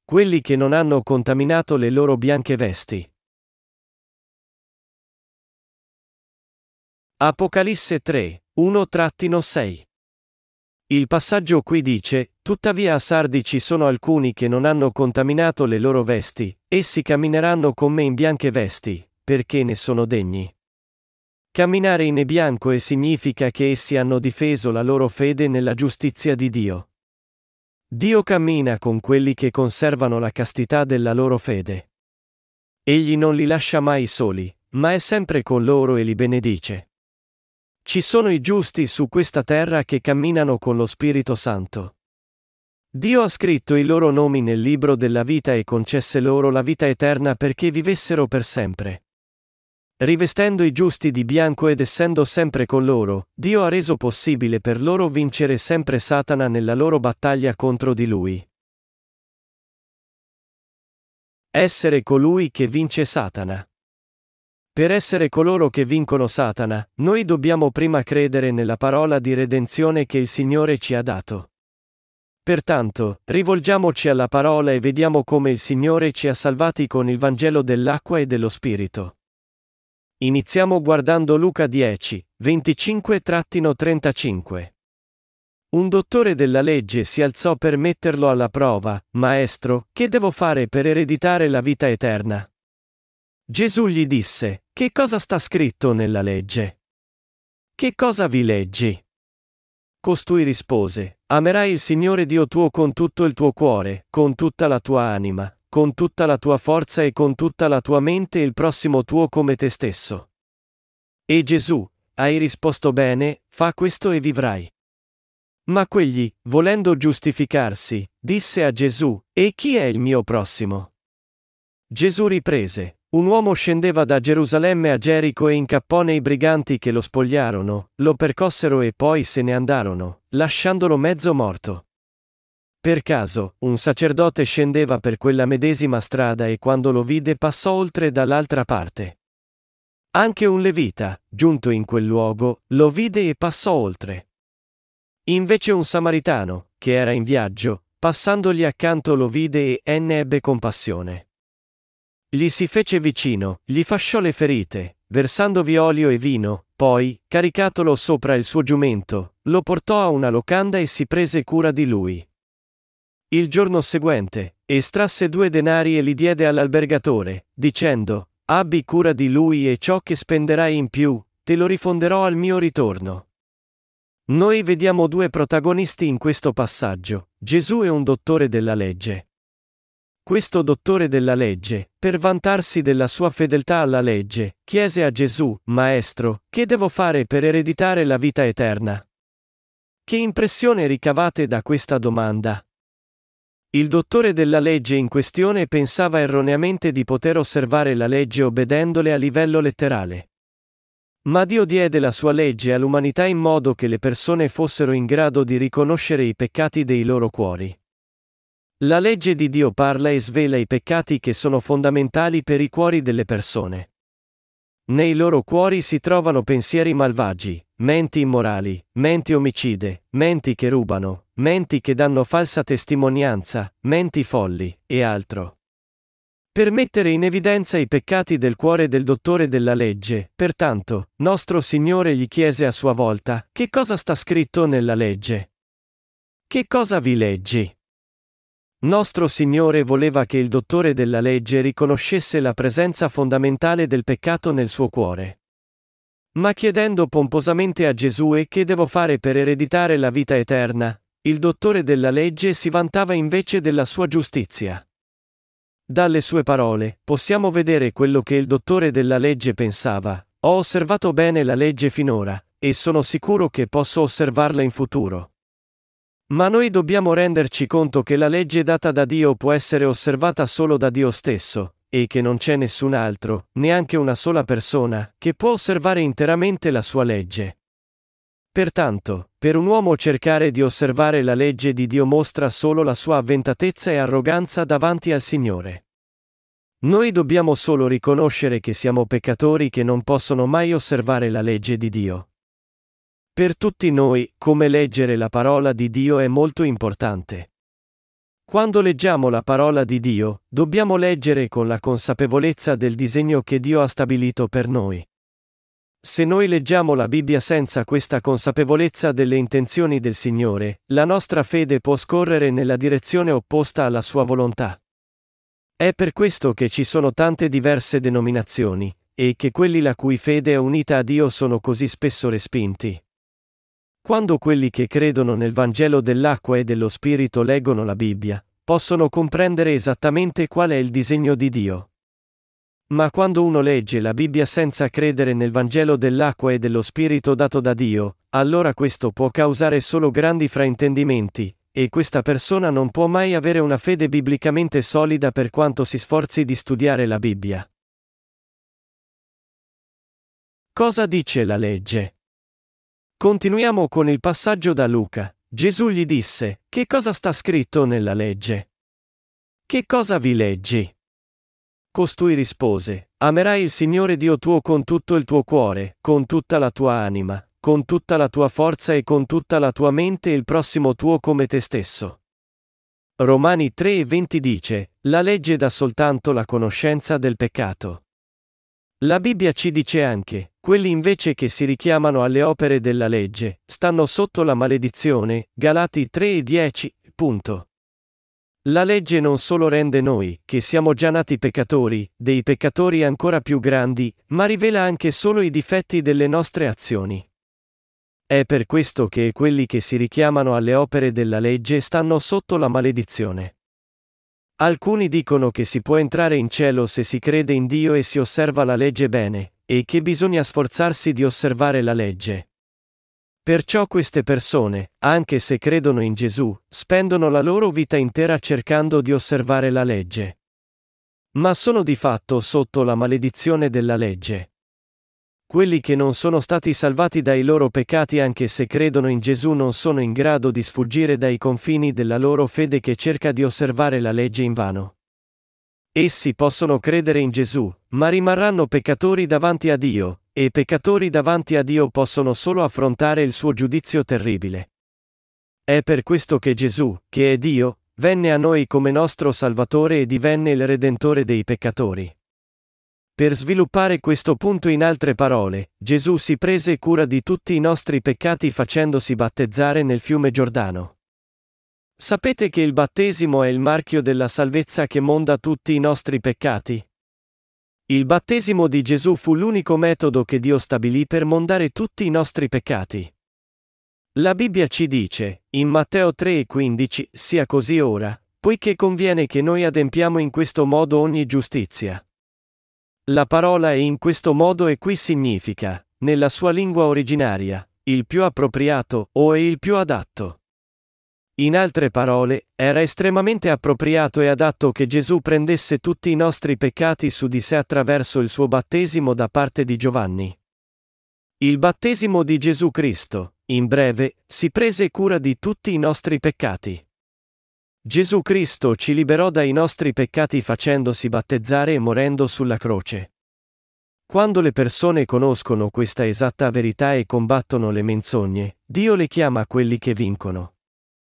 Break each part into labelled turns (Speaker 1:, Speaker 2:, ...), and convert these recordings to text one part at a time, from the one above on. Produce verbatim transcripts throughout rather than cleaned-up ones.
Speaker 1: quelli che non hanno contaminato le loro bianche vesti. Apocalisse tre, uno sei. Il passaggio qui dice: tuttavia a Sardi ci sono alcuni che non hanno contaminato le loro vesti, essi cammineranno con me in bianche vesti, perché ne sono degni. Camminare in bianco e significa che essi hanno difeso la loro fede nella giustizia di Dio. Dio cammina con quelli che conservano la castità della loro fede. Egli non li lascia mai soli, ma è sempre con loro e li benedice. Ci sono i giusti su questa terra che camminano con lo Spirito Santo. Dio ha scritto i loro nomi nel libro della vita e concesse loro la vita eterna perché vivessero per sempre. Rivestendo i giusti di bianco ed essendo sempre con loro, Dio ha reso possibile per loro vincere sempre Satana nella loro battaglia contro di lui. Essere colui che vince Satana. Per essere coloro che vincono Satana, noi dobbiamo prima credere nella parola di redenzione che il Signore ci ha dato. Pertanto, rivolgiamoci alla parola e vediamo come il Signore ci ha salvati con il Vangelo dell'acqua e dello Spirito. Iniziamo guardando Luca dieci, venticinque trentacinque. Un dottore della legge si alzò per metterlo alla prova: Maestro, che devo fare per ereditare la vita eterna? Gesù gli disse: che cosa sta scritto nella legge? Che cosa vi leggi? Costui rispose: amerai il Signore Dio tuo con tutto il tuo cuore, con tutta la tua anima, con tutta la tua forza e con tutta la tua mente e il prossimo tuo come te stesso. E Gesù: hai risposto bene, fa questo e vivrai. Ma quegli, volendo giustificarsi, disse a Gesù: e chi è il mio prossimo? Gesù riprese: un uomo scendeva da Gerusalemme a Gerico e incappò nei briganti che lo spogliarono, lo percossero e poi se ne andarono, lasciandolo mezzo morto. Per caso, un sacerdote scendeva per quella medesima strada e quando lo vide passò oltre dall'altra parte. Anche un levita, giunto in quel luogo, lo vide e passò oltre. Invece un samaritano, che era in viaggio, passandogli accanto lo vide e ne ebbe compassione. Gli si fece vicino, gli fasciò le ferite, versandovi olio e vino, poi, caricatolo sopra il suo giumento, lo portò a una locanda e si prese cura di lui. Il giorno seguente, estrasse due denari e li diede all'albergatore, dicendo: abbi cura di lui e ciò che spenderai in più, te lo rifonderò al mio ritorno. Noi vediamo due protagonisti in questo passaggio: Gesù e un dottore della legge. Questo dottore della legge, per vantarsi della sua fedeltà alla legge, chiese a Gesù: Maestro, che devo fare per ereditare la vita eterna? Che impressione ricavate da questa domanda? Il dottore della legge in questione pensava erroneamente di poter osservare la legge obbedendole a livello letterale. Ma Dio diede la sua legge all'umanità in modo che le persone fossero in grado di riconoscere i peccati dei loro cuori. La legge di Dio parla e svela i peccati che sono fondamentali per i cuori delle persone. Nei loro cuori si trovano pensieri malvagi, menti immorali, menti omicide, menti che rubano, menti che danno falsa testimonianza, menti folli, e altro. Per mettere in evidenza i peccati del cuore del dottore della legge, pertanto, nostro Signore gli chiese a sua volta: che cosa sta scritto nella legge? Che cosa vi leggi? Nostro Signore voleva che il dottore della legge riconoscesse la presenza fondamentale del peccato nel suo cuore. Ma chiedendo pomposamente a Gesù: e che devo fare per ereditare la vita eterna? Il dottore della legge si vantava invece della sua giustizia. Dalle sue parole, possiamo vedere quello che il dottore della legge pensava: ho osservato bene la legge finora, e sono sicuro che posso osservarla in futuro. Ma noi dobbiamo renderci conto che la legge data da Dio può essere osservata solo da Dio stesso, e che non c'è nessun altro, neanche una sola persona, che può osservare interamente la sua legge. Pertanto, per un uomo cercare di osservare la legge di Dio mostra solo la sua avventatezza e arroganza davanti al Signore. Noi dobbiamo solo riconoscere che siamo peccatori che non possono mai osservare la legge di Dio. Per tutti noi, come leggere la parola di Dio è molto importante. Quando leggiamo la parola di Dio, dobbiamo leggere con la consapevolezza del disegno che Dio ha stabilito per noi. Se noi leggiamo la Bibbia senza questa consapevolezza delle intenzioni del Signore, la nostra fede può scorrere nella direzione opposta alla sua volontà. È per questo che ci sono tante diverse denominazioni, e che quelli la cui fede è unita a Dio sono così spesso respinti. Quando quelli che credono nel Vangelo dell'acqua e dello Spirito leggono la Bibbia, possono comprendere esattamente qual è il disegno di Dio. Ma quando uno legge la Bibbia senza credere nel Vangelo dell'acqua e dello Spirito dato da Dio, allora questo può causare solo grandi fraintendimenti, e questa persona non può mai avere una fede biblicamente solida per quanto si sforzi di studiare la Bibbia. Cosa dice la legge? Continuiamo con il passaggio da Luca. Gesù gli disse: "Che cosa sta scritto nella legge? Che cosa vi leggi?" Costui rispose: "Amerai il Signore Dio tuo con tutto il tuo cuore, con tutta la tua anima, con tutta la tua forza e con tutta la tua mente e il prossimo tuo come te stesso." Romani tre e venti dice: "La legge dà soltanto la conoscenza del peccato." La Bibbia ci dice anche: "Quelli invece che si richiamano alle opere della legge, stanno sotto la maledizione." Galati tre e dieci. Punto. La legge non solo rende noi, che siamo già nati peccatori, dei peccatori ancora più grandi, ma rivela anche solo i difetti delle nostre azioni. È per questo che quelli che si richiamano alle opere della legge stanno sotto la maledizione. Alcuni dicono che si può entrare in cielo se si crede in Dio e si osserva la legge bene, e che bisogna sforzarsi di osservare la legge. Perciò queste persone, anche se credono in Gesù, spendono la loro vita intera cercando di osservare la legge. Ma sono di fatto sotto la maledizione della legge. Quelli che non sono stati salvati dai loro peccati anche se credono in Gesù non sono in grado di sfuggire dai confini della loro fede che cerca di osservare la legge invano. Essi possono credere in Gesù, ma rimarranno peccatori davanti a Dio, e peccatori davanti a Dio possono solo affrontare il suo giudizio terribile. È per questo che Gesù, che è Dio, venne a noi come nostro Salvatore e divenne il Redentore dei peccatori. Per sviluppare questo punto in altre parole, Gesù si prese cura di tutti i nostri peccati facendosi battezzare nel fiume Giordano. Sapete che il battesimo è il marchio della salvezza che monda tutti i nostri peccati? Il battesimo di Gesù fu l'unico metodo che Dio stabilì per mondare tutti i nostri peccati. La Bibbia ci dice, in Matteo tre e quindici, "Sia così ora, poiché conviene che noi adempiamo in questo modo ogni giustizia." La parola "in questo modo" e qui significa, nella sua lingua originaria, il più appropriato o è il più adatto. In altre parole, era estremamente appropriato e adatto che Gesù prendesse tutti i nostri peccati su di sé attraverso il suo battesimo da parte di Giovanni. Il battesimo di Gesù Cristo, in breve, si prese cura di tutti i nostri peccati. Gesù Cristo ci liberò dai nostri peccati facendosi battezzare e morendo sulla croce. Quando le persone conoscono questa esatta verità e combattono le menzogne, Dio le chiama quelli che vincono.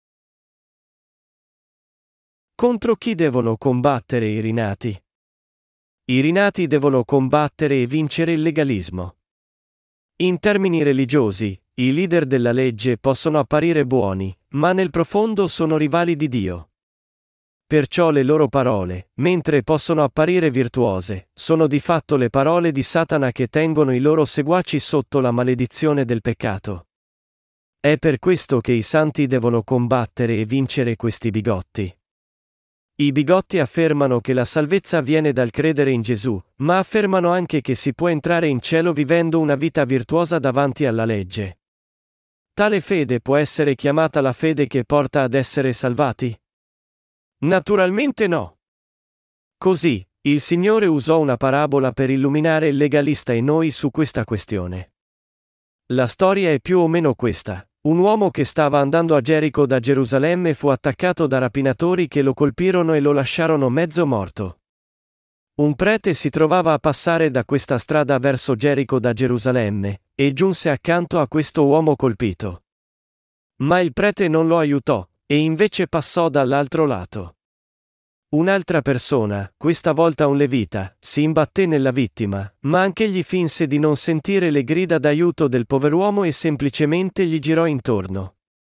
Speaker 1: Contro chi devono combattere i rinati? I rinati devono combattere e vincere il legalismo. In termini religiosi, i leader della legge possono apparire buoni, ma nel profondo sono rivali di Dio. Perciò le loro parole, mentre possono apparire virtuose, sono di fatto le parole di Satana che tengono i loro seguaci sotto la maledizione del peccato. È per questo che i santi devono combattere e vincere questi bigotti. I bigotti affermano che la salvezza viene dal credere in Gesù, ma affermano anche che si può entrare in cielo vivendo una vita virtuosa davanti alla legge. Tale fede può essere chiamata la fede che porta ad essere salvati? Naturalmente no. Così, il Signore usò una parabola per illuminare il legalista e noi su questa questione. La storia è più o meno questa. Un uomo che stava andando a Gerico da Gerusalemme fu attaccato da rapinatori che lo colpirono e lo lasciarono mezzo morto. Un prete si trovava a passare da questa strada verso Gerico da Gerusalemme, e giunse accanto a questo uomo colpito. Ma il prete non lo aiutò, E invece passò dall'altro lato. Un'altra persona, questa volta un levita, si imbatté nella vittima, ma anch'egli finse di non sentire le grida d'aiuto del pover'uomo e semplicemente gli girò intorno.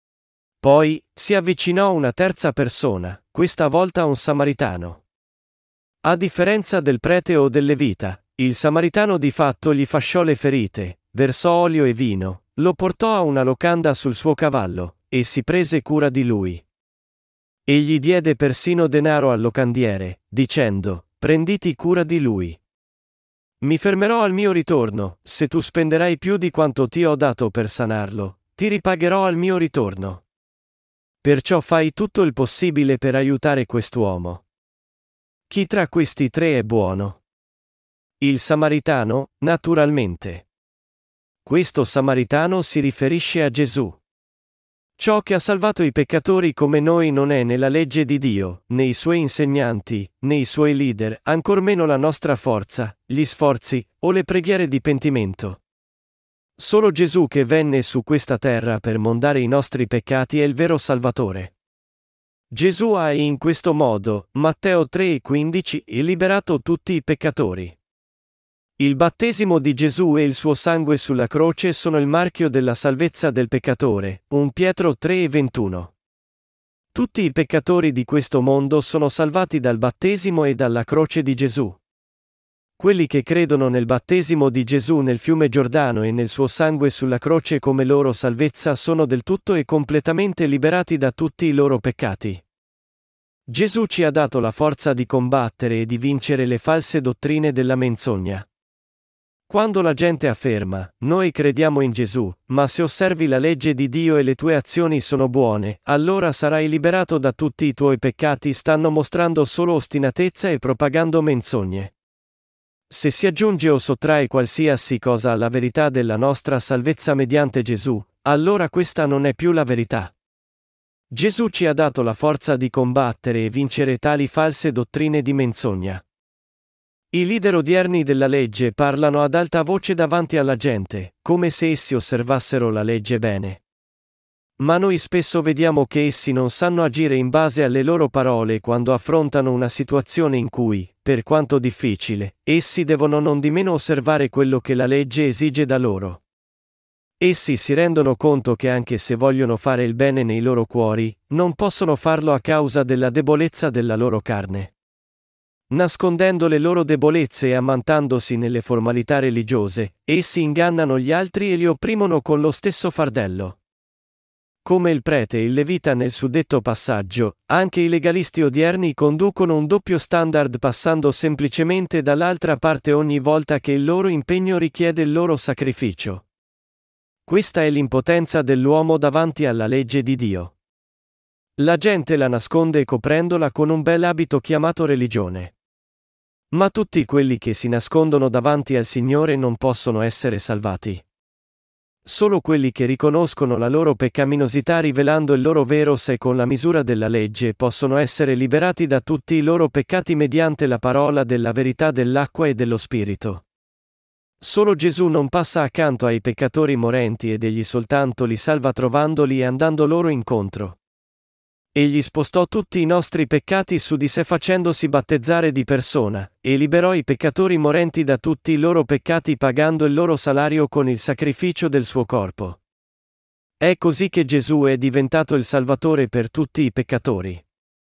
Speaker 1: Poi, si avvicinò una terza persona, questa volta un samaritano. A differenza del prete o del levita, il samaritano di fatto gli fasciò le ferite, versò olio e vino, lo portò a una locanda sul suo cavallo, e si prese cura di lui. Egli diede persino denaro al locandiere, dicendo: «Prenditi cura di lui. Mi fermerò al mio ritorno, se tu spenderai più di quanto ti ho dato per sanarlo, ti ripagherò al mio ritorno». Perciò fai tutto il possibile per aiutare quest'uomo. Chi tra questi tre è buono? Il samaritano, naturalmente. Questo samaritano si riferisce a Gesù. Ciò che ha salvato i peccatori come noi non è né la legge di Dio, né i suoi insegnanti, né i suoi leader, ancor meno la nostra forza, gli sforzi, o le preghiere di pentimento. Solo Gesù che venne su questa terra per mondare i nostri peccati è il vero Salvatore. Gesù ha in questo modo, Matteo tre e quindici, liberato tutti i peccatori. Il battesimo di Gesù e il suo sangue sulla croce sono il marchio della salvezza del peccatore, primo Pietro tre e ventuno. Tutti i peccatori di questo mondo sono salvati dal battesimo e dalla croce di Gesù. Quelli che credono nel battesimo di Gesù nel fiume Giordano e nel suo sangue sulla croce come loro salvezza sono del tutto e completamente liberati da tutti i loro peccati. Gesù ci ha dato la forza di combattere e di vincere le false dottrine della menzogna. Quando la gente afferma, noi crediamo in Gesù, ma se osservi la legge di Dio e le tue azioni sono buone, allora sarai liberato da tutti i tuoi peccati, stanno mostrando solo ostinatezza e propagando menzogne. Se si aggiunge o sottrae qualsiasi cosa alla verità della nostra salvezza mediante Gesù, allora questa non è più la verità. Gesù ci ha dato la forza di combattere e vincere tali false dottrine di menzogna. I leader odierni della legge parlano ad alta voce davanti alla gente, come se essi osservassero la legge bene. Ma noi spesso vediamo che essi non sanno agire in base alle loro parole quando affrontano una situazione in cui, per quanto difficile, essi devono non di meno osservare quello che la legge esige da loro. Essi si rendono conto che anche se vogliono fare il bene nei loro cuori, non possono farlo a causa della debolezza della loro carne. Nascondendo le loro debolezze e ammantandosi nelle formalità religiose, essi ingannano gli altri e li opprimono con lo stesso fardello. Come il prete e il levita nel suddetto passaggio, anche i legalisti odierni conducono un doppio standard passando semplicemente dall'altra parte ogni volta che il loro impegno richiede il loro sacrificio. Questa è l'impotenza dell'uomo davanti alla legge di Dio. La gente la nasconde coprendola con un bel abito chiamato religione. Ma tutti quelli che si nascondono davanti al Signore non possono essere salvati. Solo quelli che riconoscono la loro peccaminosità rivelando il loro vero sé con la misura della legge possono essere liberati da tutti i loro peccati mediante la parola della verità dell'acqua e dello Spirito. Solo Gesù non passa accanto ai peccatori morenti ed egli soltanto li salva trovandoli e andando loro incontro. Egli spostò tutti i nostri peccati su di sé facendosi battezzare di persona, e liberò i peccatori morenti da tutti i loro peccati pagando il loro salario con il sacrificio del suo corpo. È così che Gesù è diventato il Salvatore per tutti i peccatori.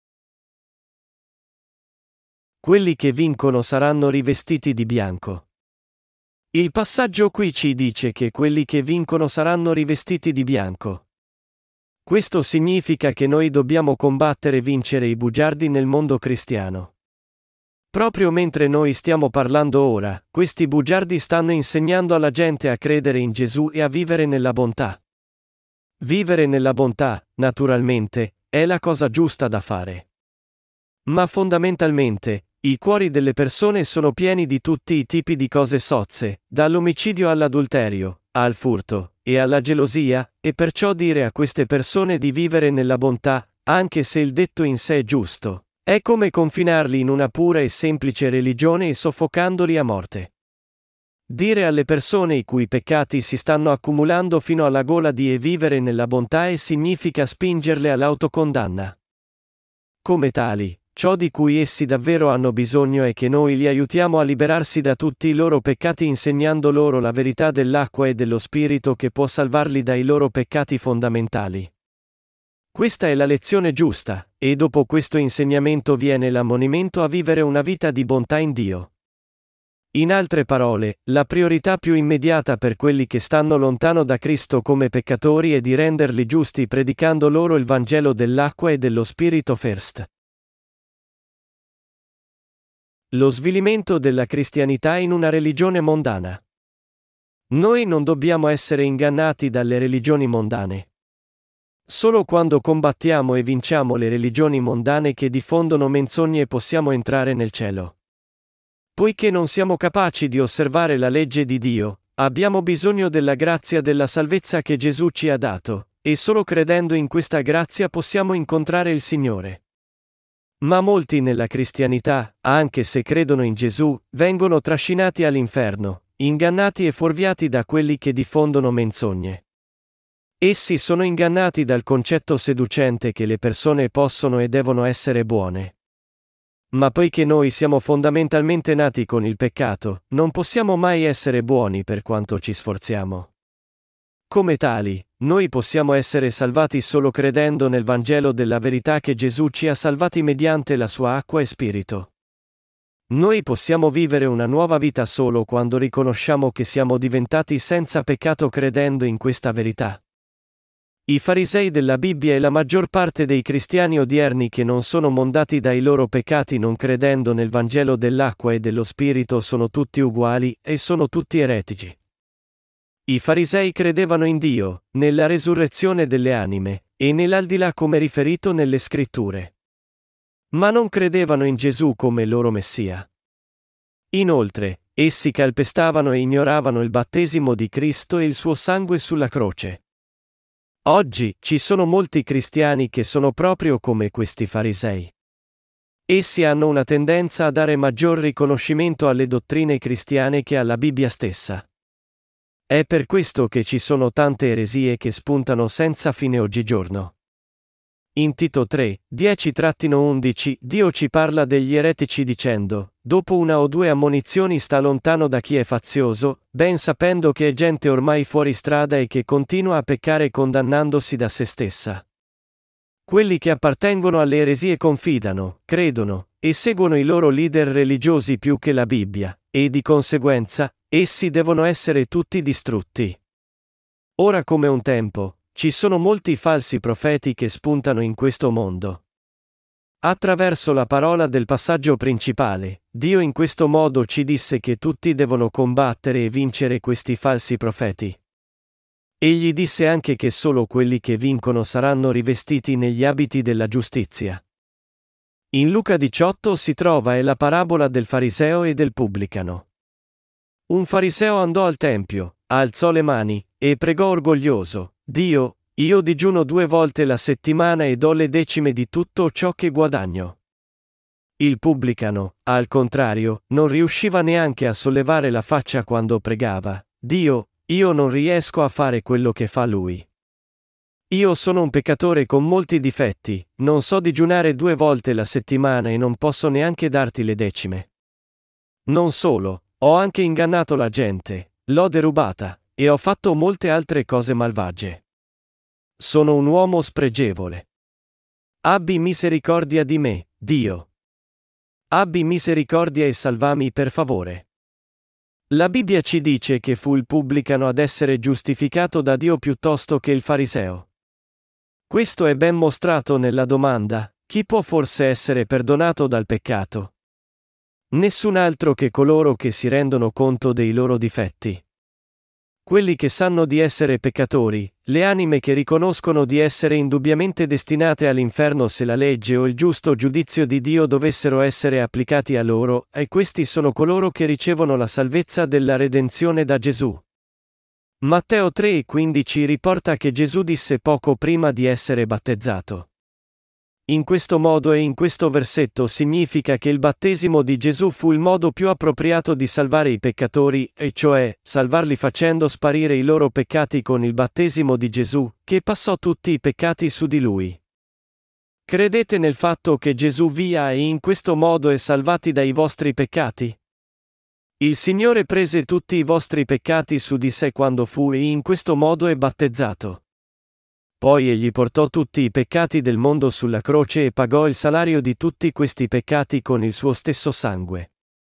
Speaker 1: Quelli che vincono saranno rivestiti di bianco. Il passaggio qui ci dice che quelli che vincono saranno rivestiti di bianco. Questo significa che noi dobbiamo combattere e vincere i bugiardi nel mondo cristiano. Proprio mentre noi stiamo parlando ora, questi bugiardi stanno insegnando alla gente a credere in Gesù e a vivere nella bontà. Vivere nella bontà, naturalmente, è la cosa giusta da fare. Ma fondamentalmente, i cuori delle persone sono pieni di tutti i tipi di cose sozze, dall'omicidio all'adulterio, al furto e alla gelosia, e perciò dire a queste persone di vivere nella bontà, anche se il detto in sé è giusto, è come confinarli in una pura e semplice religione e soffocandoli a morte. Dire alle persone i cui peccati si stanno accumulando fino alla gola di e vivere nella bontà significa spingerle all'autocondanna. Come tali, ciò di cui essi davvero hanno bisogno è che noi li aiutiamo a liberarsi da tutti i loro peccati insegnando loro la verità dell'acqua e dello Spirito che può salvarli dai loro peccati fondamentali. Questa è la lezione giusta, e dopo questo insegnamento viene l'ammonimento a vivere una vita di bontà in Dio. In altre parole, la priorità più immediata per quelli che stanno lontano da Cristo come peccatori è di renderli giusti predicando loro il Vangelo dell'acqua e dello Spirito first. Lo svilimento della cristianità in una religione mondana. Noi non dobbiamo essere ingannati dalle religioni mondane. Solo quando combattiamo e vinciamo le religioni mondane che diffondono menzogne possiamo entrare nel cielo. Poiché non siamo capaci di osservare la legge di Dio, abbiamo bisogno della grazia della salvezza che Gesù ci ha dato, e solo credendo in questa grazia possiamo incontrare il Signore. Ma molti nella cristianità, anche se credono in Gesù, vengono trascinati all'inferno, ingannati e fuorviati da quelli che diffondono menzogne. Essi sono ingannati dal concetto seducente che le persone possono e devono essere buone. Ma poiché noi siamo fondamentalmente nati con il peccato, non possiamo mai essere buoni per quanto ci sforziamo. Come tali, noi possiamo essere salvati solo credendo nel Vangelo della verità che Gesù ci ha salvati mediante la sua acqua e Spirito. Noi possiamo vivere una nuova vita solo quando riconosciamo che siamo diventati senza peccato credendo in questa verità. I farisei della Bibbia e la maggior parte dei cristiani odierni che non sono mondati dai loro peccati non credendo nel Vangelo dell'acqua e dello Spirito sono tutti uguali, e sono tutti eretici. I farisei credevano in Dio, nella resurrezione delle anime, e nell'aldilà come riferito nelle Scritture. Ma non credevano in Gesù come loro Messia. Inoltre, essi calpestavano e ignoravano il battesimo di Cristo e il suo sangue sulla croce. Oggi, ci sono molti cristiani che sono proprio come questi farisei. Essi hanno una tendenza a dare maggior riconoscimento alle dottrine cristiane che alla Bibbia stessa. È per questo che ci sono tante eresie che spuntano senza fine oggigiorno. In Tito tre, dieci undici, Dio ci parla degli eretici dicendo: dopo una o due ammonizioni sta lontano da chi è fazioso, ben sapendo che è gente ormai fuori strada e che continua a peccare condannandosi da se stessa. Quelli che appartengono alle eresie confidano, credono, e seguono i loro leader religiosi più che la Bibbia, e di conseguenza, essi devono essere tutti distrutti. Ora come un tempo, ci sono molti falsi profeti che spuntano in questo mondo. Attraverso la parola del passaggio principale, Dio in questo modo ci disse che tutti devono combattere e vincere questi falsi profeti. Egli disse anche che solo quelli che vincono saranno rivestiti negli abiti della giustizia. In Luca diciotto si trova è la parabola del fariseo e del pubblicano. Un fariseo andò al tempio, alzò le mani, e pregò orgoglioso: Dio, io digiuno due volte la settimana e do le decime di tutto ciò che guadagno. Il pubblicano, al contrario, non riusciva neanche a sollevare la faccia quando pregava: Dio, io non riesco a fare quello che fa lui. Io sono un peccatore con molti difetti, non so digiunare due volte la settimana e non posso neanche darti le decime. Non solo, ho anche ingannato la gente, l'ho derubata, e ho fatto molte altre cose malvagie. Sono un uomo spregevole. Abbi misericordia di me, Dio. Abbi misericordia e salvami per favore. La Bibbia ci dice che fu il pubblicano ad essere giustificato da Dio piuttosto che il fariseo. Questo è ben mostrato nella domanda: chi può forse essere perdonato dal peccato? Nessun altro che coloro che si rendono conto dei loro difetti. Quelli che sanno di essere peccatori, le anime che riconoscono di essere indubbiamente destinate all'inferno se la legge o il giusto giudizio di Dio dovessero essere applicati a loro, e questi sono coloro che ricevono la salvezza della redenzione da Gesù. Matteo tre quindici riporta che Gesù disse poco prima di essere battezzato: In questo modo e in questo versetto significa che il battesimo di Gesù fu il modo più appropriato di salvare i peccatori, e cioè, salvarli facendo sparire i loro peccati con il battesimo di Gesù, che passò tutti i peccati su di lui. Credete nel fatto che Gesù vi ha e in questo modo è salvati dai vostri peccati? Il Signore prese tutti i vostri peccati su di sé quando fu e in questo modo è battezzato. Poi egli portò tutti i peccati del mondo sulla croce e pagò il salario di tutti questi peccati con il suo stesso sangue.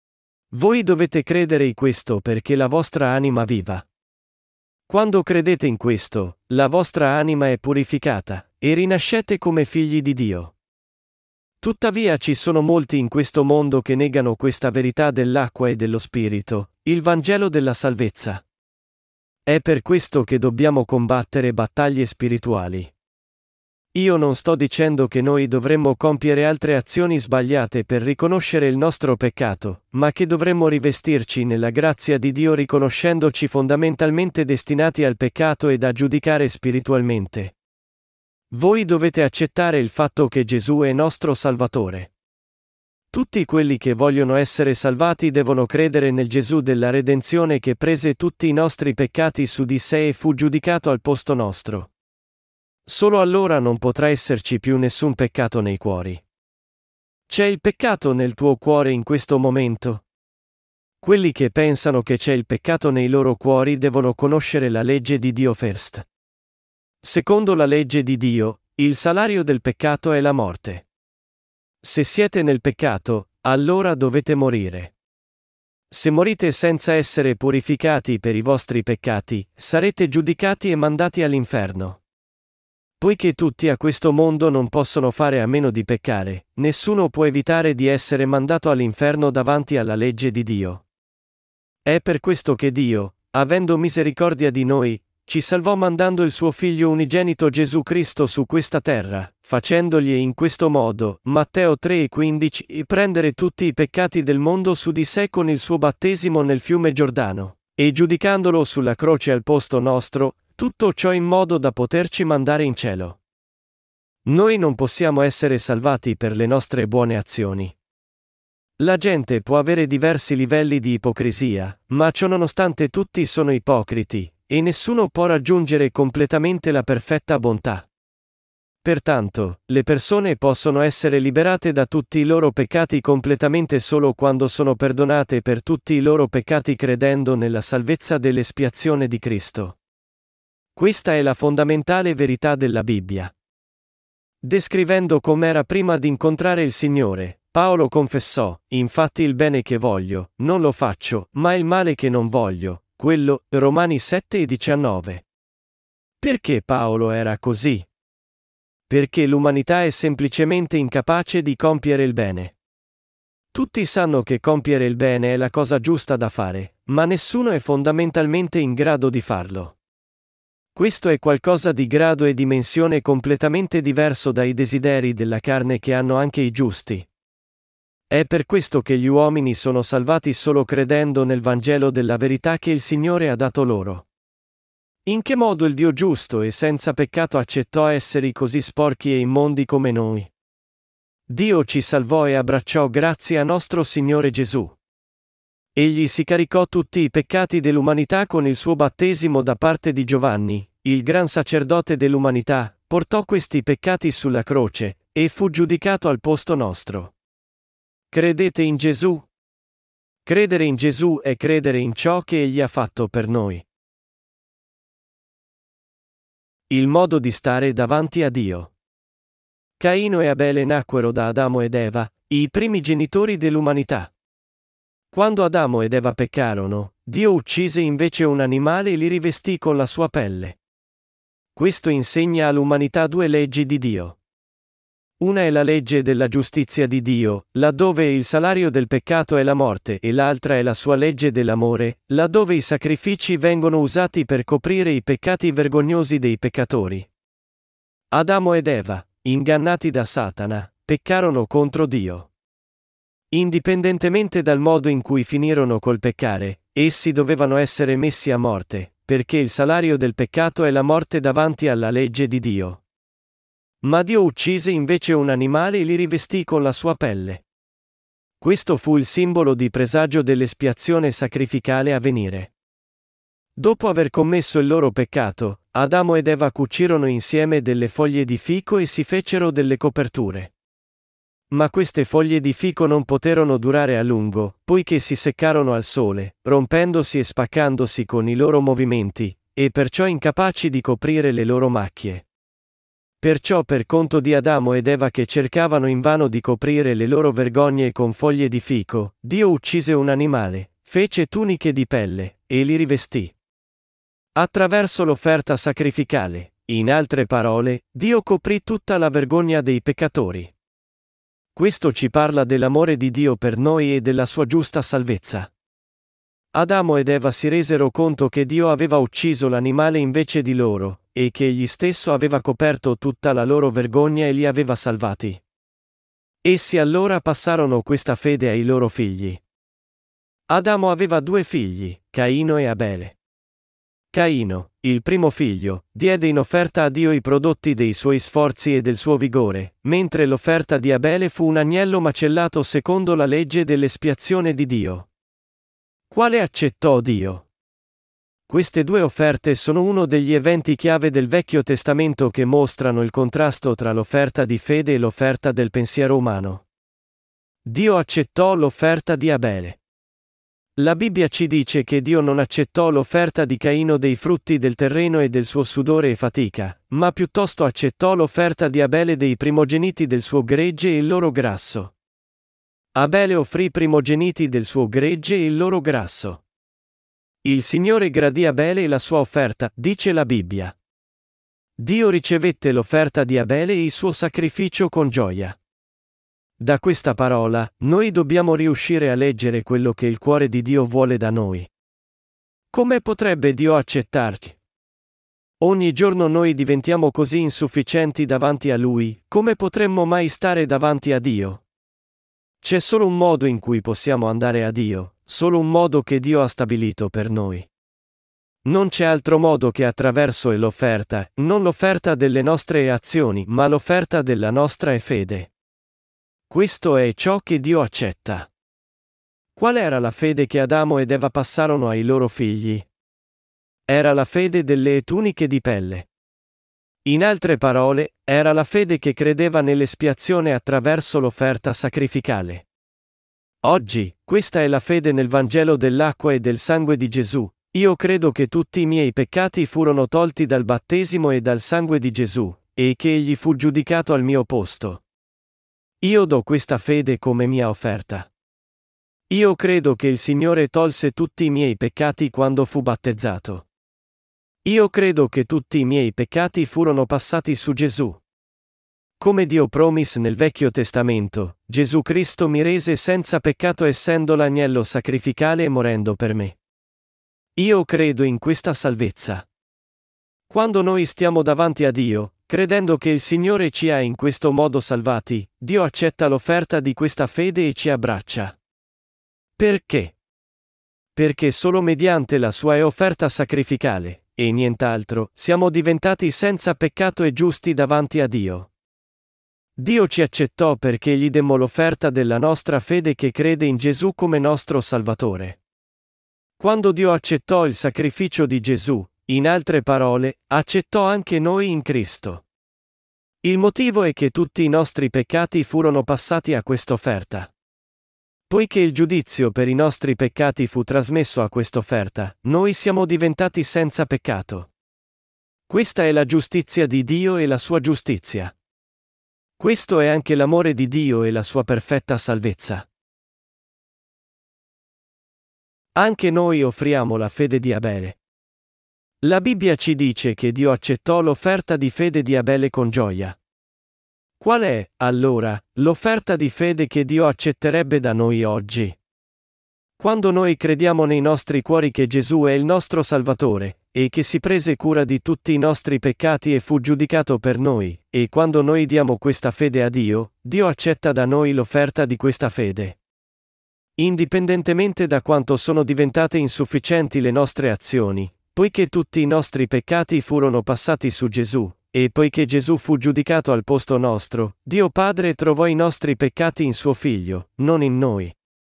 Speaker 1: Voi dovete credere in questo perché la vostra anima viva. Quando credete in questo, la vostra anima è purificata, e rinascete come figli di Dio. Tuttavia ci sono molti in questo mondo che negano questa verità dell'acqua e dello Spirito, il Vangelo della salvezza. È per questo che dobbiamo combattere battaglie spirituali. Io non sto dicendo che noi dovremmo compiere altre azioni sbagliate per riconoscere il nostro peccato, ma che dovremmo rivestirci nella grazia di Dio riconoscendoci fondamentalmente destinati al peccato e da giudicare spiritualmente. Voi dovete accettare il fatto che Gesù è nostro Salvatore. Tutti quelli che vogliono essere salvati devono credere nel Gesù della redenzione che prese tutti i nostri peccati su di sé e fu giudicato al posto nostro. Solo allora non potrà esserci più nessun peccato nei cuori. C'è il peccato nel tuo cuore in questo momento? Quelli che pensano che c'è il peccato nei loro cuori devono conoscere la legge di Dio first. Secondo la legge di Dio, il salario del peccato è la morte. Se siete nel peccato, allora dovete morire. Se morite senza essere purificati per i vostri peccati, sarete giudicati e mandati all'inferno. Poiché tutti a questo mondo non possono fare a meno di peccare, nessuno può evitare di essere mandato all'inferno davanti alla legge di Dio. È per questo che Dio, avendo misericordia di noi, ci salvò mandando il suo Figlio unigenito Gesù Cristo su questa terra, facendogli in questo modo, Matteo tre e quindici, prendere tutti i peccati del mondo su di sé con il suo battesimo nel fiume Giordano, e giudicandolo sulla croce al posto nostro, tutto ciò in modo da poterci mandare in cielo. Noi non possiamo essere salvati per le nostre buone azioni. La gente può avere diversi livelli di ipocrisia, ma ciononostante tutti sono ipocriti, e nessuno può raggiungere completamente la perfetta bontà. Pertanto, le persone possono essere liberate da tutti i loro peccati completamente solo quando sono perdonate per tutti i loro peccati credendo nella salvezza dell'espiazione di Cristo. Questa è la fondamentale verità della Bibbia. Descrivendo com'era prima di incontrare il Signore, Paolo confessò: infatti il bene che voglio, non lo faccio, ma il male che non voglio, quello, Romani sette e diciannove. Perché Paolo era così? Perché l'umanità è semplicemente incapace di compiere il bene. Tutti sanno che compiere il bene è la cosa giusta da fare, ma nessuno è fondamentalmente in grado di farlo. Questo è qualcosa di grado e dimensione completamente diverso dai desideri della carne che hanno anche i giusti. È per questo che gli uomini sono salvati solo credendo nel Vangelo della verità che il Signore ha dato loro. In che modo il Dio giusto e senza peccato accettò esseri così sporchi e immondi come noi? Dio ci salvò e abbracciò grazie a nostro Signore Gesù. Egli si caricò tutti i peccati dell'umanità con il suo battesimo da parte di Giovanni, il gran sacerdote dell'umanità, portò questi peccati sulla croce, e fu giudicato al posto nostro. Credete in Gesù? Credere in Gesù è credere in ciò che Egli ha fatto per noi. Il modo di stare davanti a Dio. Caino e Abele nacquero da Adamo ed Eva, i primi genitori dell'umanità. Quando Adamo ed Eva peccarono, Dio uccise invece un animale e li rivestì con la sua pelle. Questo insegna all'umanità due leggi di Dio. Una è la legge della giustizia di Dio, laddove il salario del peccato è la morte, e l'altra è la sua legge dell'amore, laddove i sacrifici vengono usati per coprire i peccati vergognosi dei peccatori. Adamo ed Eva, ingannati da Satana, peccarono contro Dio. Indipendentemente dal modo in cui finirono col peccare, essi dovevano essere messi a morte, perché il salario del peccato è la morte davanti alla legge di Dio. Ma Dio uccise invece un animale e li rivestì con la sua pelle. Questo fu il simbolo di presagio dell'espiazione sacrificale a venire. Dopo aver commesso il loro peccato, Adamo ed Eva cucirono insieme delle foglie di fico e si fecero delle coperture. Ma queste foglie di fico non poterono durare a lungo, poiché si seccarono al sole, rompendosi e spaccandosi con i loro movimenti, e perciò incapaci di coprire le loro macchie. Perciò per conto di Adamo ed Eva che cercavano invano di coprire le loro vergogne con foglie di fico, Dio uccise un animale, fece tuniche di pelle, e li rivestì. Attraverso l'offerta sacrificale, in altre parole, Dio coprì tutta la vergogna dei peccatori. Questo ci parla dell'amore di Dio per noi e della sua giusta salvezza. Adamo ed Eva si resero conto che Dio aveva ucciso l'animale invece di loro, e che egli stesso aveva coperto tutta la loro vergogna e li aveva salvati. Essi allora passarono questa fede ai loro figli. Adamo aveva due figli, Caino e Abele. Caino, il primo figlio, diede in offerta a Dio i prodotti dei suoi sforzi e del suo vigore, mentre l'offerta di Abele fu un agnello macellato secondo la legge dell'espiazione di Dio. Quale accettò Dio? Queste due offerte sono uno degli eventi chiave del Vecchio Testamento che mostrano il contrasto tra l'offerta di fede e l'offerta del pensiero umano. Dio accettò l'offerta di Abele. La Bibbia ci dice che Dio non accettò l'offerta di Caino dei frutti del terreno e del suo sudore e fatica, ma piuttosto accettò l'offerta di Abele dei primogeniti del suo gregge e il loro grasso. Abele offrì i primogeniti del suo gregge e il loro grasso. Il Signore gradì Abele e la sua offerta, dice la Bibbia. Dio ricevette l'offerta di Abele e il suo sacrificio con gioia. Da questa parola, noi dobbiamo riuscire a leggere quello che il cuore di Dio vuole da noi. Come potrebbe Dio accettarci? Ogni giorno noi diventiamo così insufficienti davanti a Lui, come potremmo mai stare davanti a Dio? C'è solo un modo in cui possiamo andare a Dio, solo un modo che Dio ha stabilito per noi. Non c'è altro modo che attraverso l'offerta, non l'offerta delle nostre azioni, ma l'offerta della nostra fede. Questo è ciò che Dio accetta. Qual era la fede che Adamo ed Eva passarono ai loro figli? Era la fede delle tuniche di pelle. In altre parole, era la fede che credeva nell'espiazione attraverso l'offerta sacrificale. Oggi, questa è la fede nel Vangelo dell'acqua e del sangue di Gesù. Io credo che tutti i miei peccati furono tolti dal battesimo e dal sangue di Gesù, e che egli fu giudicato al mio posto. Io do questa fede come mia offerta. Io credo che il Signore tolse tutti i miei peccati quando fu battezzato. Io credo che tutti i miei peccati furono passati su Gesù. Come Dio promise nel Vecchio Testamento, Gesù Cristo mi rese senza peccato essendo l'agnello sacrificale e morendo per me. Io credo in questa salvezza. Quando noi stiamo davanti a Dio, credendo che il Signore ci ha in questo modo salvati, Dio accetta l'offerta di questa fede e ci abbraccia. Perché? Perché solo mediante la sua offerta sacrificale, e nient'altro, siamo diventati senza peccato e giusti davanti a Dio. Dio ci accettò perché gli demmo l'offerta della nostra fede che crede in Gesù come nostro Salvatore. Quando Dio accettò il sacrificio di Gesù, in altre parole, accettò anche noi in Cristo. Il motivo è che tutti i nostri peccati furono passati a quest'offerta. Poiché il giudizio per i nostri peccati fu trasmesso a quest'offerta, noi siamo diventati senza peccato. Questa è la giustizia di Dio e la sua giustizia. Questo è anche l'amore di Dio e la sua perfetta salvezza. Anche noi offriamo la fede di Abele. La Bibbia ci dice che Dio accettò l'offerta di fede di Abele con gioia. Qual è, allora, l'offerta di fede che Dio accetterebbe da noi oggi? Quando noi crediamo nei nostri cuori che Gesù è il nostro Salvatore, e che si prese cura di tutti i nostri peccati e fu giudicato per noi, e quando noi diamo questa fede a Dio, Dio accetta da noi l'offerta di questa fede. Indipendentemente da quanto sono diventate insufficienti le nostre azioni, poiché tutti i nostri peccati furono passati su Gesù, E poiché Gesù fu giudicato al posto nostro, Dio Padre trovò i nostri peccati in suo Figlio, non in noi.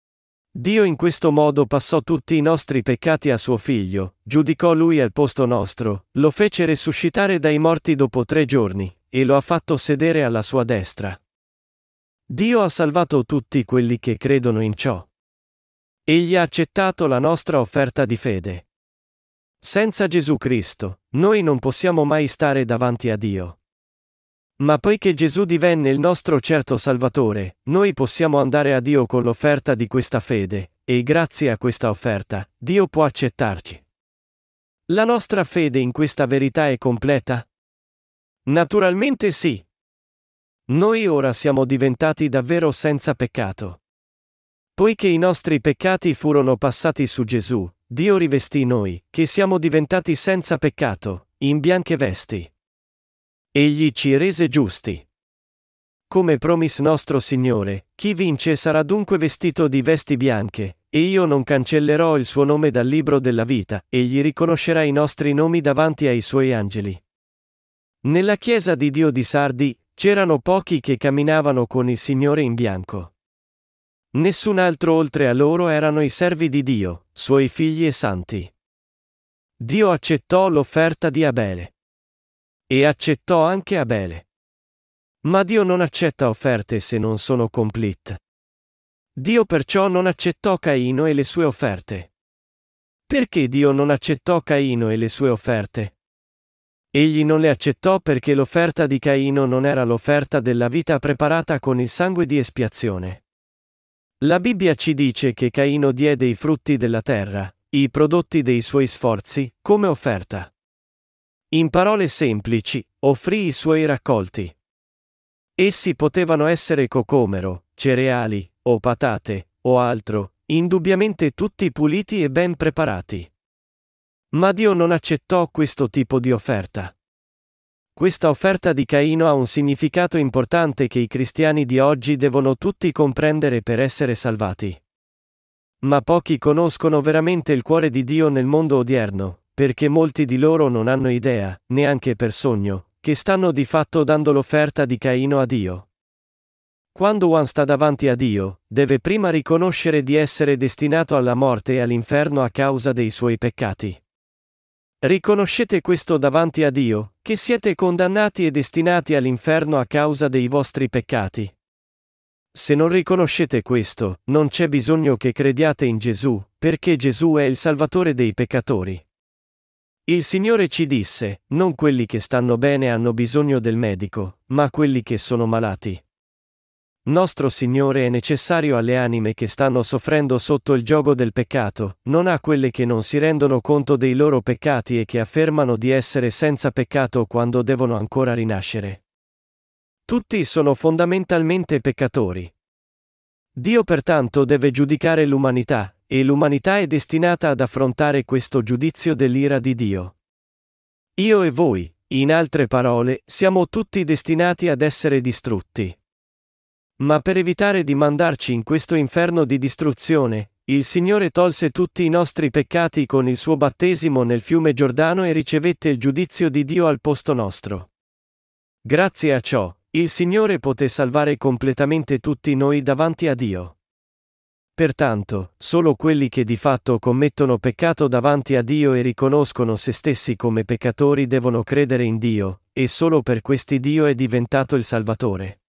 Speaker 1: Dio in questo modo passò tutti i nostri peccati a suo Figlio, giudicò Lui al posto nostro, lo fece resuscitare dai morti dopo tre giorni, e lo ha fatto sedere alla sua destra. Dio ha salvato tutti quelli che credono in ciò. Egli ha accettato la nostra offerta di fede. Senza Gesù Cristo, noi non possiamo mai stare davanti a Dio. Ma poiché Gesù divenne il nostro certo Salvatore, noi possiamo andare a Dio con l'offerta di questa fede, e grazie a questa offerta, Dio può accettarci. La nostra fede in questa verità è completa? Naturalmente sì. Noi ora siamo diventati davvero senza peccato. Poiché i nostri peccati furono passati su Gesù, Dio rivestì noi, che siamo diventati senza peccato, in bianche vesti. Egli ci rese giusti. Come promise nostro Signore, chi vince sarà dunque vestito di vesti bianche, e io non cancellerò il suo nome dal libro della vita, egli riconoscerà i nostri nomi davanti ai suoi angeli. Nella chiesa di Dio di Sardi, c'erano pochi che camminavano con il Signore in bianco. Nessun altro oltre a loro erano i servi di Dio, suoi figli e santi. Dio accettò l'offerta di Abele. E accettò anche Abele. Ma Dio non accetta offerte se non sono complete. Dio perciò non accettò Caino e le sue offerte. Perché Dio non accettò Caino e le sue offerte? Egli non le accettò perché l'offerta di Caino non era l'offerta della vita preparata con il sangue di espiazione. La Bibbia ci dice che Caino diede i frutti della terra, i prodotti dei suoi sforzi, come offerta. In parole semplici, offrì i suoi raccolti. Essi potevano essere cocomero, cereali, o patate, o altro, indubbiamente tutti puliti e ben preparati. Ma Dio non accettò questo tipo di offerta. Questa offerta di Caino ha un significato importante che i cristiani di oggi devono tutti comprendere per essere salvati. Ma pochi conoscono veramente il cuore di Dio nel mondo odierno, perché molti di loro non hanno idea, neanche per sogno, che stanno di fatto dando l'offerta di Caino a Dio. Quando uno sta davanti a Dio, deve prima riconoscere di essere destinato alla morte e all'inferno a causa dei suoi peccati. Riconoscete questo davanti a Dio, che siete condannati e destinati all'inferno a causa dei vostri peccati. Se non riconoscete questo, non c'è bisogno che crediate in Gesù, perché Gesù è il Salvatore dei peccatori. Il Signore ci disse, non quelli che stanno bene hanno bisogno del medico, ma quelli che sono malati. Nostro Signore è necessario alle anime che stanno soffrendo sotto il giogo del peccato, non a quelle che non si rendono conto dei loro peccati e che affermano di essere senza peccato quando devono ancora rinascere. Tutti sono fondamentalmente peccatori. Dio pertanto deve giudicare l'umanità, e l'umanità è destinata ad affrontare questo giudizio dell'ira di Dio. Io e voi, in altre parole, siamo tutti destinati ad essere distrutti. Ma per evitare di mandarci in questo inferno di distruzione, il Signore tolse tutti i nostri peccati con il suo battesimo nel fiume Giordano e ricevette il giudizio di Dio al posto nostro. Grazie a ciò, il Signore poté salvare completamente tutti noi davanti a Dio. Pertanto, solo quelli che di fatto commettono peccato davanti a Dio e riconoscono se stessi come peccatori devono credere in Dio, e solo per questi Dio è diventato il Salvatore.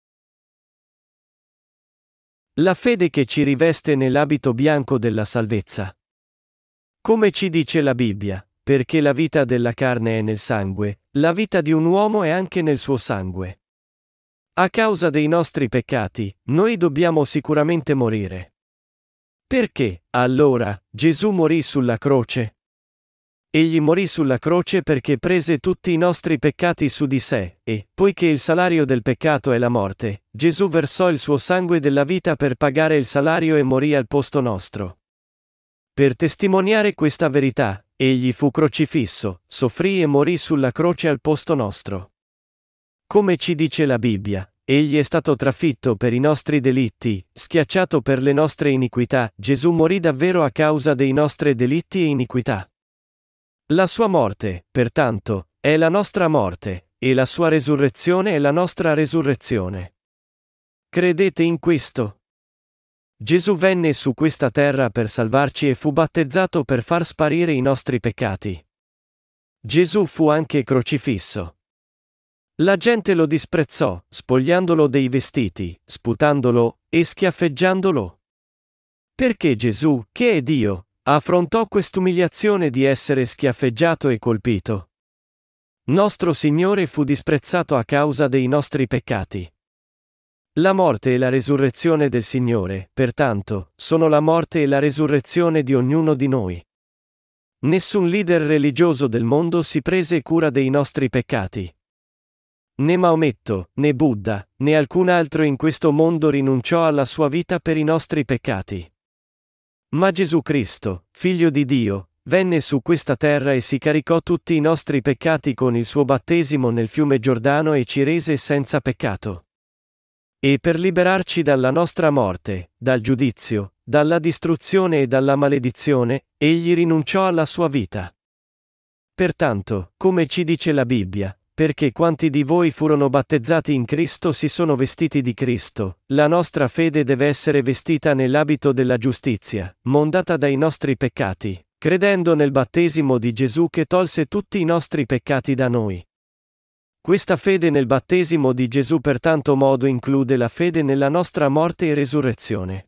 Speaker 1: La fede che ci riveste nell'abito bianco della salvezza. Come ci dice la Bibbia, perché la vita della carne è nel sangue, la vita di un uomo è anche nel suo sangue. A causa dei nostri peccati, noi dobbiamo sicuramente morire. Perché, allora, Gesù morì sulla croce? Egli morì sulla croce perché prese tutti i nostri peccati su di sé, e, poiché il salario del peccato è la morte, Gesù versò il suo sangue della vita per pagare il salario e morì al posto nostro. Per testimoniare questa verità, egli fu crocifisso, soffrì e morì sulla croce al posto nostro. Come ci dice la Bibbia, egli è stato trafitto per i nostri delitti, schiacciato per le nostre iniquità, Gesù morì davvero a causa dei nostri delitti e iniquità. La sua morte, pertanto, è la nostra morte, e la sua resurrezione è la nostra resurrezione. Credete in questo? Gesù venne su questa terra per salvarci e fu battezzato per far sparire i nostri peccati. Gesù fu anche crocifisso. La gente lo disprezzò, spogliandolo dei vestiti, sputandolo e schiaffeggiandolo. Perché Gesù, che è Dio, affrontò quest'umiliazione di essere schiaffeggiato e colpito. Nostro Signore fu disprezzato a causa dei nostri peccati. La morte e la resurrezione del Signore, pertanto, sono la morte e la resurrezione di ognuno di noi. Nessun leader religioso del mondo si prese cura dei nostri peccati. Né Maometto, né Buddha, né alcun altro in questo mondo rinunciò alla sua vita per i nostri peccati. Ma Gesù Cristo, Figlio di Dio, venne su questa terra e si caricò tutti i nostri peccati con il suo battesimo nel fiume Giordano e ci rese senza peccato. E per liberarci dalla nostra morte, dal giudizio, dalla distruzione e dalla maledizione, egli rinunciò alla sua vita. Pertanto, come ci dice la Bibbia, perché quanti di voi furono battezzati in Cristo si sono vestiti di Cristo, la nostra fede deve essere vestita nell'abito della giustizia, mondata dai nostri peccati, credendo nel battesimo di Gesù che tolse tutti i nostri peccati da noi. Questa fede nel battesimo di Gesù per tanto modo include la fede nella nostra morte e resurrezione.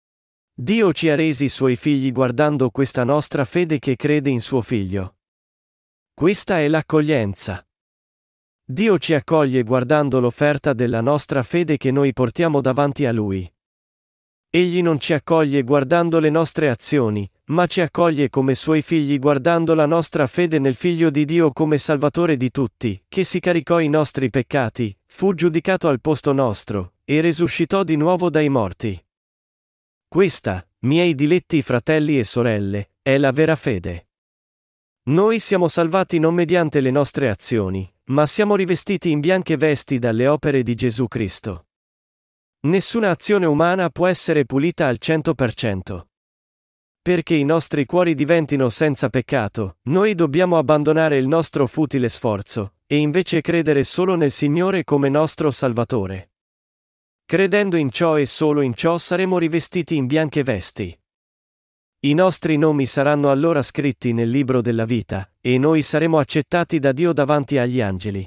Speaker 1: Dio ci ha resi suoi figli guardando questa nostra fede che crede in suo Figlio. Questa è l'accoglienza. Dio ci accoglie guardando l'offerta della nostra fede che noi portiamo davanti a Lui. Egli non ci accoglie guardando le nostre azioni, ma ci accoglie come suoi figli guardando la nostra fede nel Figlio di Dio come Salvatore di tutti, che si caricò i nostri peccati, fu giudicato al posto nostro, e risuscitò di nuovo dai morti. Questa, miei diletti fratelli e sorelle, è la vera fede. Noi siamo salvati non mediante le nostre azioni, ma siamo rivestiti in bianche vesti dalle opere di Gesù Cristo. Nessuna azione umana può essere pulita al cento per cento. Perché i nostri cuori diventino senza peccato, noi dobbiamo abbandonare il nostro futile sforzo, e invece credere solo nel Signore come nostro Salvatore. Credendo in ciò e solo in ciò saremo rivestiti in bianche vesti. I nostri nomi saranno allora scritti nel libro della vita, e noi saremo accettati da Dio davanti agli angeli.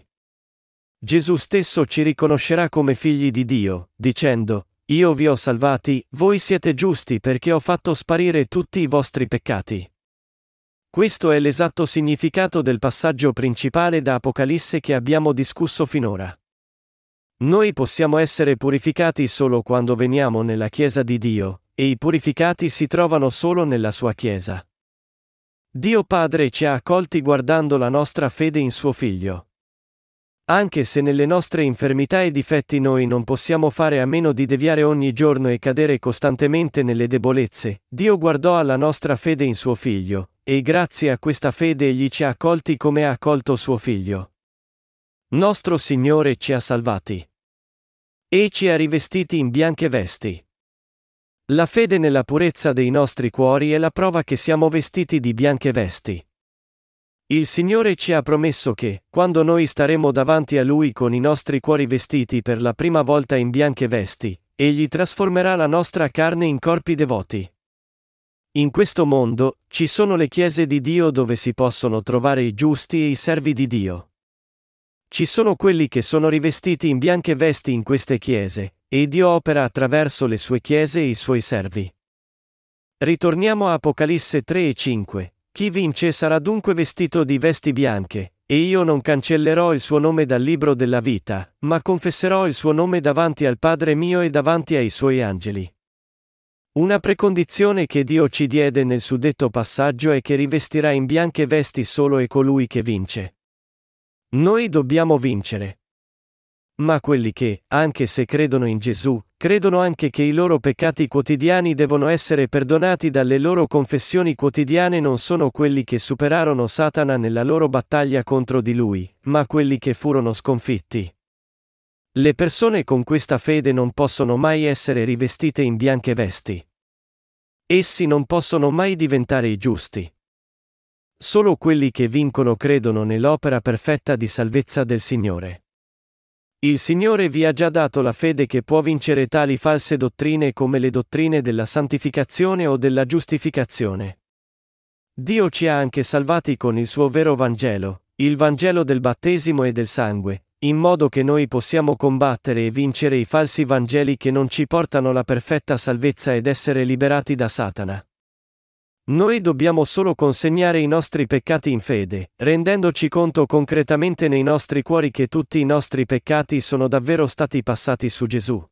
Speaker 1: Gesù stesso ci riconoscerà come figli di Dio, dicendo: Io vi ho salvati, voi siete giusti perché ho fatto sparire tutti i vostri peccati. Questo è l'esatto significato del passaggio principale da Apocalisse che abbiamo discusso finora. Noi possiamo essere purificati solo quando veniamo nella Chiesa di Dio, e i purificati si trovano solo nella sua Chiesa. Dio Padre ci ha accolti guardando la nostra fede in suo Figlio. Anche se nelle nostre infermità e difetti noi non possiamo fare a meno di deviare ogni giorno e cadere costantemente nelle debolezze, Dio guardò alla nostra fede in suo Figlio, e grazie a questa fede egli ci ha accolti come ha accolto suo Figlio. Nostro Signore ci ha salvati. E ci ha rivestiti in bianche vesti. La fede nella purezza dei nostri cuori è la prova che siamo vestiti di bianche vesti. Il Signore ci ha promesso che, quando noi staremo davanti a Lui con i nostri cuori vestiti per la prima volta in bianche vesti, Egli trasformerà la nostra carne in corpi devoti. In questo mondo, ci sono le chiese di Dio dove si possono trovare i giusti e i servi di Dio. Ci sono quelli che sono rivestiti in bianche vesti in queste chiese, e Dio opera attraverso le sue chiese e i suoi servi. Ritorniamo a Apocalisse tre e cinque. Chi vince sarà dunque vestito di vesti bianche, e io non cancellerò il suo nome dal libro della vita, ma confesserò il suo nome davanti al Padre mio e davanti ai suoi angeli. Una precondizione che Dio ci diede nel suddetto passaggio è che rivestirà in bianche vesti solo e colui che vince. Noi dobbiamo vincere. Ma quelli che, anche se credono in Gesù, credono anche che i loro peccati quotidiani devono essere perdonati dalle loro confessioni quotidiane non sono quelli che superarono Satana nella loro battaglia contro di lui, ma quelli che furono sconfitti. Le persone con questa fede non possono mai essere rivestite in bianche vesti. Essi non possono mai diventare i giusti. Solo quelli che vincono credono nell'opera perfetta di salvezza del Signore. Il Signore vi ha già dato la fede che può vincere tali false dottrine come le dottrine della santificazione o della giustificazione. Dio ci ha anche salvati con il suo vero Vangelo, il Vangelo del battesimo e del sangue, in modo che noi possiamo combattere e vincere i falsi Vangeli che non ci portano la perfetta salvezza ed essere liberati da Satana. Noi dobbiamo solo consegnare i nostri peccati in fede, rendendoci conto concretamente nei nostri cuori che tutti i nostri peccati sono davvero stati passati su Gesù.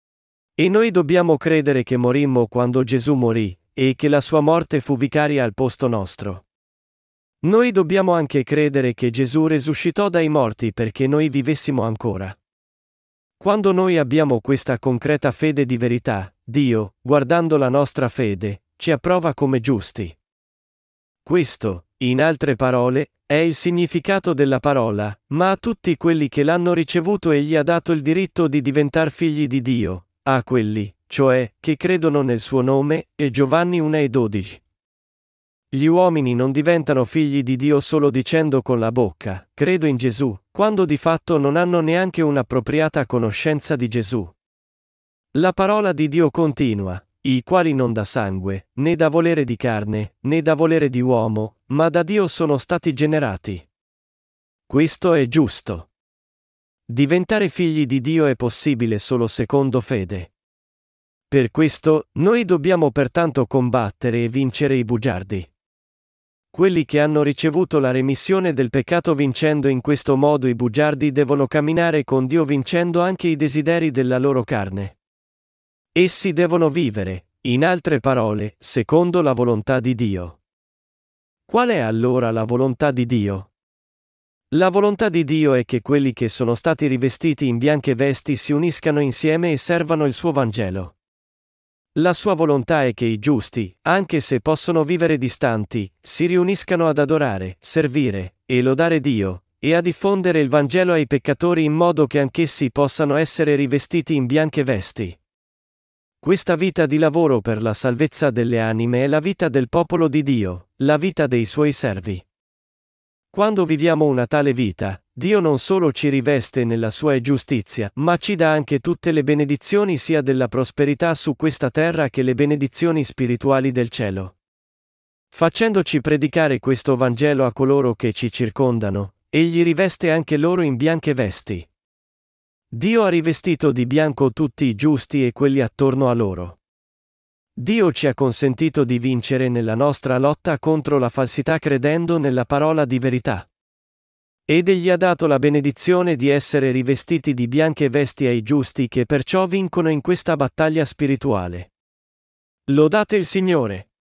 Speaker 1: E noi dobbiamo credere che morimmo quando Gesù morì, e che la sua morte fu vicaria al posto nostro. Noi dobbiamo anche credere che Gesù risuscitò dai morti perché noi vivessimo ancora. Quando noi abbiamo questa concreta fede di verità, Dio, guardando la nostra fede, ci approva come giusti. Questo, in altre parole, è il significato della parola, ma a tutti quelli che l'hanno ricevuto egli ha dato il diritto di diventar figli di Dio, a quelli, cioè, che credono nel suo nome, e Giovanni uno e dodici. Gli uomini non diventano figli di Dio solo dicendo con la bocca, credo in Gesù, quando di fatto non hanno neanche un'appropriata conoscenza di Gesù. La parola di Dio continua, i quali non da sangue, né da volere di carne, né da volere di uomo, ma da Dio sono stati generati. Questo è giusto. Diventare figli di Dio è possibile solo secondo fede. Per questo, noi dobbiamo pertanto combattere e vincere i bugiardi. Quelli che hanno ricevuto la remissione del peccato vincendo in questo modo i bugiardi devono camminare con Dio vincendo anche i desideri della loro carne. Essi devono vivere, in altre parole, secondo la volontà di Dio. Qual è allora la volontà di Dio? La volontà di Dio è che quelli che sono stati rivestiti in bianche vesti si uniscano insieme e servano il suo Vangelo. La sua volontà è che i giusti, anche se possono vivere distanti, si riuniscano ad adorare, servire, e lodare Dio, e a diffondere il Vangelo ai peccatori in modo che anch'essi possano essere rivestiti in bianche vesti. Questa vita di lavoro per la salvezza delle anime è la vita del popolo di Dio, la vita dei suoi servi. Quando viviamo una tale vita, Dio non solo ci riveste nella sua giustizia, ma ci dà anche tutte le benedizioni sia della prosperità su questa terra che le benedizioni spirituali del cielo. Facendoci predicare questo Vangelo a coloro che ci circondano, egli riveste anche loro in bianche vesti. Dio ha rivestito di bianco tutti i giusti e quelli attorno a loro. Dio ci ha consentito di vincere nella nostra lotta contro la falsità credendo nella parola di verità. Ed egli ha dato la benedizione di essere rivestiti di bianche vesti ai giusti che perciò vincono in questa battaglia spirituale. Lodate il Signore!